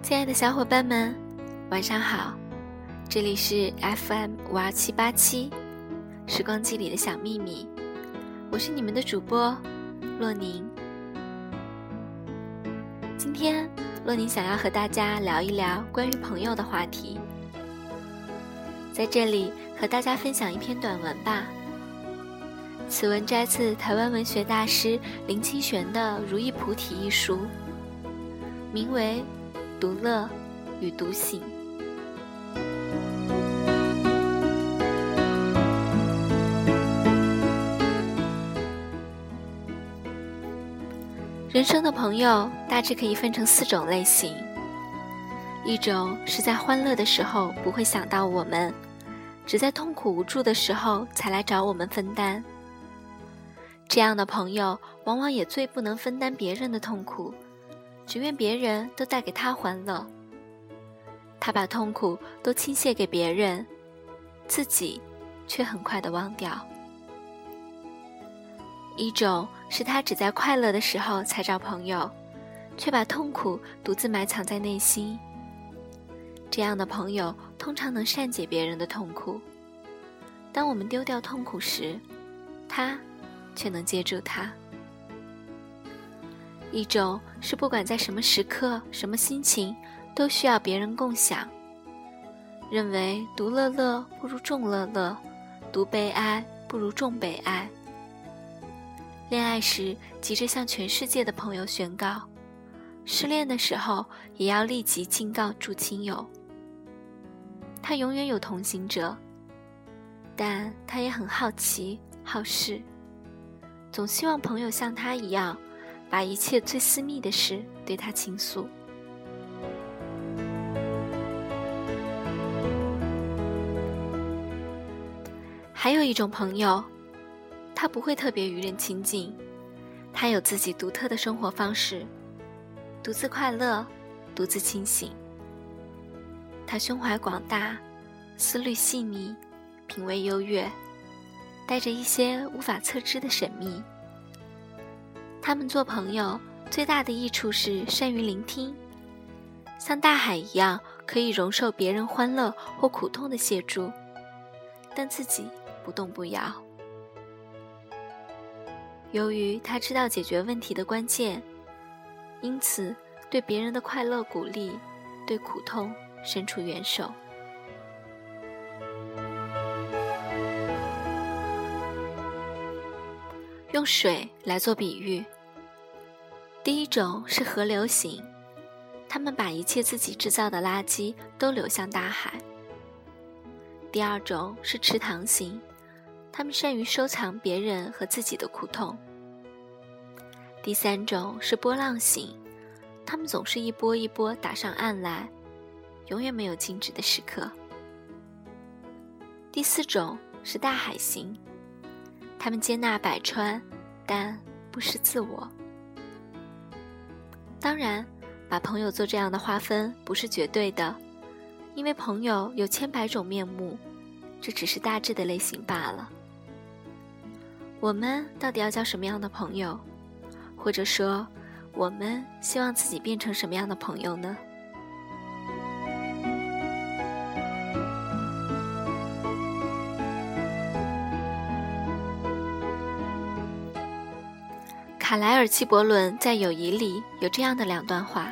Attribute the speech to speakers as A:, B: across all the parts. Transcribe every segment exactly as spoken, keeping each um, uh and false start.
A: 亲爱的小伙伴们，晚上好，这里是 F M 五二七八七时光机里的小秘密，我是你们的主播洛宁。今天洛宁想要和大家聊一聊关于朋友的话题，在这里和大家分享一篇短文吧。此文摘自台湾文学大师林清玄的《如意菩提》一书，名为《独乐与独醒》。人生的朋友大致可以分成四种类型，一种是在欢乐的时候不会想到我们，只在痛苦无助的时候才来找我们分担。这样的朋友往往也最不能分担别人的痛苦，只愿别人都带给他欢乐。他把痛苦都倾泻给别人，自己却很快地忘掉。一种是他只在快乐的时候才找朋友，却把痛苦独自埋藏在内心。这样的朋友通常能善解别人的痛苦，当我们丢掉痛苦时，他却能接住它。一种是不管在什么时刻、什么心情，都需要别人共享，认为独乐乐不如众乐乐，独悲哀不如众悲哀。恋爱时急着向全世界的朋友宣告，失恋的时候也要立即警告诸亲友。他永远有同行者，但他也很好奇、好事，总希望朋友像他一样，把一切最私密的事对他倾诉。还有一种朋友，他不会特别与人亲近，他有自己独特的生活方式，独自快乐，独自清醒。他胸怀广大，思虑细腻，品味优越，带着一些无法测知的神秘。他们做朋友最大的益处是善于聆听，像大海一样可以容受别人欢乐或苦痛的协助，但自己不动不摇。由于他知道解决问题的关键，因此对别人的快乐鼓励，对苦痛伸出援手。用水来做比喻，第一种是河流型，他们把一切自己制造的垃圾都流向大海。第二种是池塘型，他们善于收藏别人和自己的苦痛。第三种是波浪型，他们总是一波一波打上岸来，永远没有静止的时刻。第四种是大海型，他们接纳百川，但不失自我。当然，把朋友做这样的划分不是绝对的，因为朋友有千百种面目，这只是大致的类型罢了。我们到底要交什么样的朋友？或者说，我们希望自己变成什么样的朋友呢？卡莱尔·纪伯伦在《友谊》里有这样的两段话：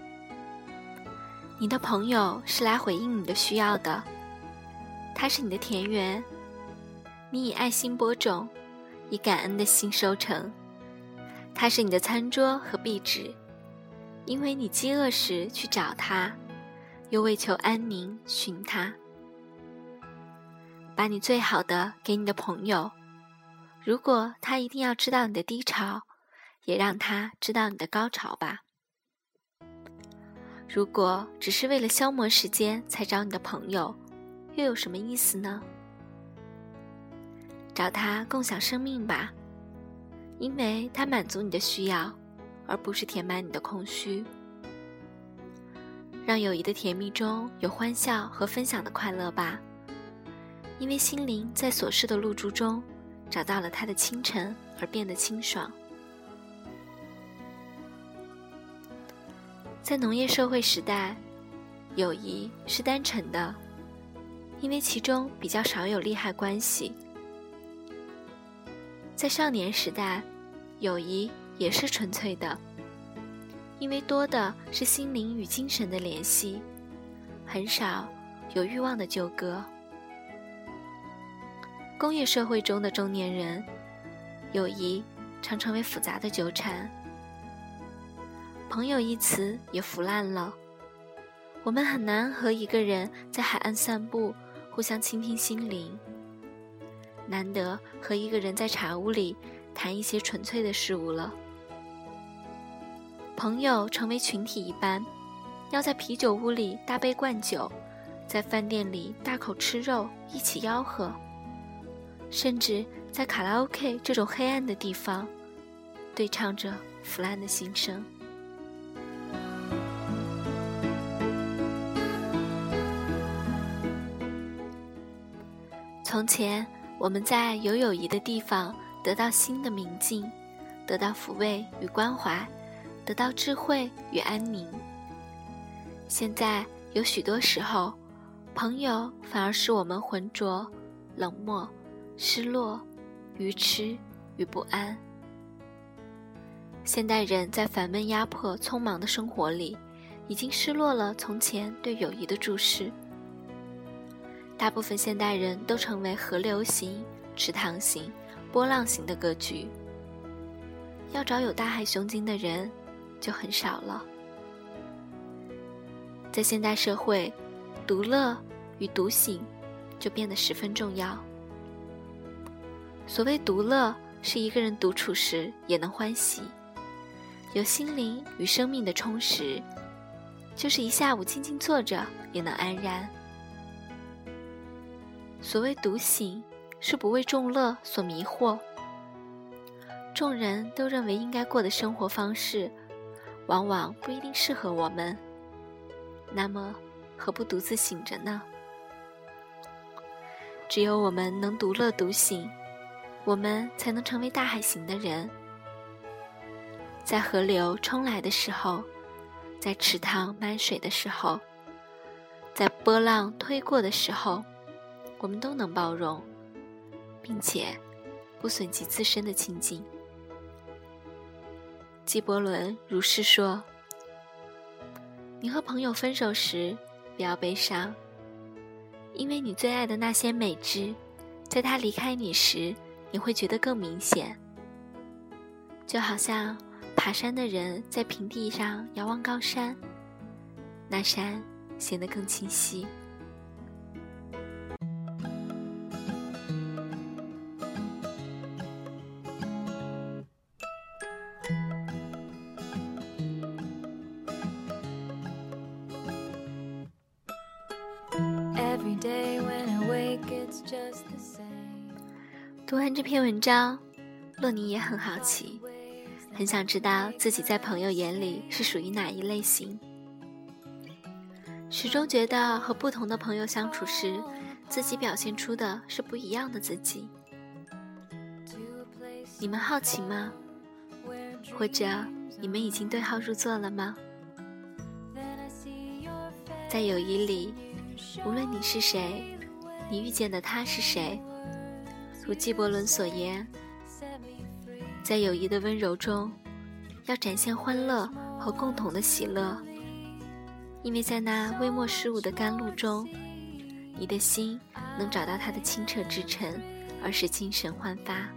A: 你的朋友是来回应你的需要的，他是你的田园，你以爱心播种，以感恩的心收成。他是你的餐桌和壁纸，因为你饥饿时去找他，又为求安宁寻他。把你最好的给你的朋友，如果他一定要知道你的低潮，也让他知道你的高潮吧。如果只是为了消磨时间才找你的朋友，又有什么意思呢？找他共享生命吧，因为他满足你的需要，而不是填满你的空虚。让友谊的甜蜜中有欢笑和分享的快乐吧，因为心灵在琐事的露珠中找到了它的清晨而变得清爽。 在农业社会时代，友谊是单纯的，因为其中比较少有利害关系。在少年时代，友谊也是纯粹的，因为多的是心灵与精神的联系，很少有欲望的纠葛。工业社会中的中年人，友谊常成为复杂的纠缠，朋友一词也腐烂了。我们很难和一个人在海岸散步，互相倾听心灵，难得和一个人在茶屋里谈一些纯粹的事物了。朋友成为群体一般，要在啤酒屋里大杯灌酒，在饭店里大口吃肉，一起吆喝，甚至在卡拉 OK 这种黑暗的地方，对唱着腐烂的心声。从前，我们在有友谊的地方得到心的明净，得到抚慰与关怀，得到智慧与安宁。现在有许多时候，朋友反而使我们浑浊、冷漠、失落、愚痴与不安。现代人在烦闷、压迫、匆忙的生活里，已经失落了从前对友谊的注视。大部分现代人都成为河流型、池塘型、波浪型的格局，要找有大海胸襟的人就很少了。在现代社会，独乐与独醒就变得十分重要。所谓独乐，是一个人独处时也能欢喜，有心灵与生命的充实，就是一下午静静坐着也能安然。所谓独醒，是不为众乐所迷惑。众人都认为应该过的生活方式，往往不一定适合我们，那么何不独自醒着呢？只有我们能独乐独醒，我们才能成为大海型的人。在河流冲来的时候，在池塘满水的时候，在波浪推过的时候，我们都能包容，并且不损及自身的清净。纪伯伦如是说：你和朋友分手时不要悲伤，因为你最爱的那些美质，在他离开你时你会觉得更明显，就好像爬山的人在平地上遥望高山，那山显得更清晰。读完这篇文章，洛尼也很好奇，很想知道自己在朋友眼里是属于哪一类型。始终觉得和不同的朋友相处时，自己表现出的是不一样的自己。你们好奇吗？或者你们已经对号入座了吗？在友谊里，无论你是谁，你遇见的他是谁，如纪伯伦所言，在友谊的温柔中，要展现欢乐和共同的喜乐，因为在那微末事物的甘露中，你的心能找到它的清澈之晨，而使精神焕发。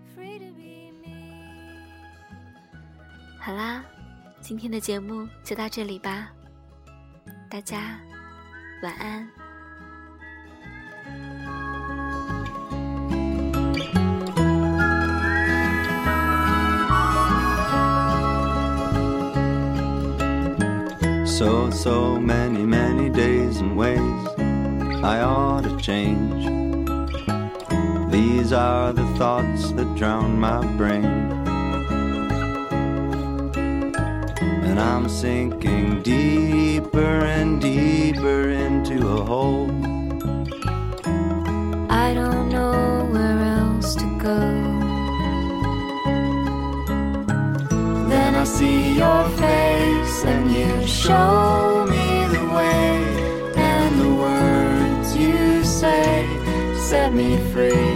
A: 好啦，今天的节目就到这里吧，大家晚安。
B: So, so many, many days and ways I ought to change. These are the thoughts that drown my brain, and I'm sinking deeper and deeper into a hole. I don't know where else to go. Then I see your face and you show me the way, and the words you say set me free.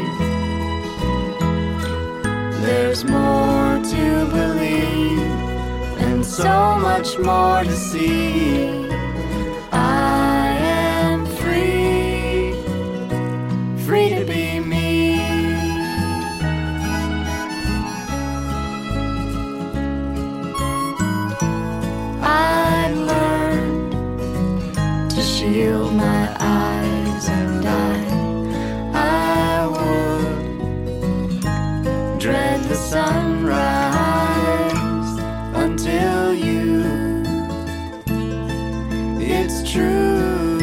B: There's more to believe and so much more to see. I am free, free to be me. I learned to shield my eyes, and I, I would dread the sunrise until you. It's true.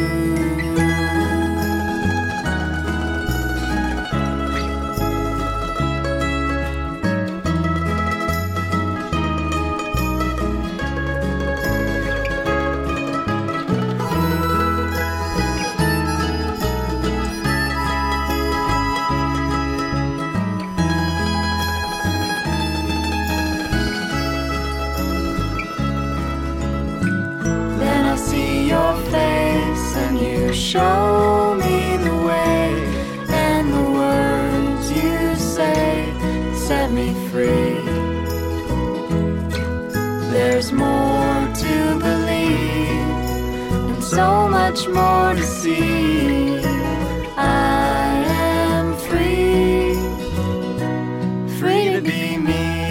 B: Show me the way, and the words you say set me free. There's more to believe and so much more to see. I am free, free to be me.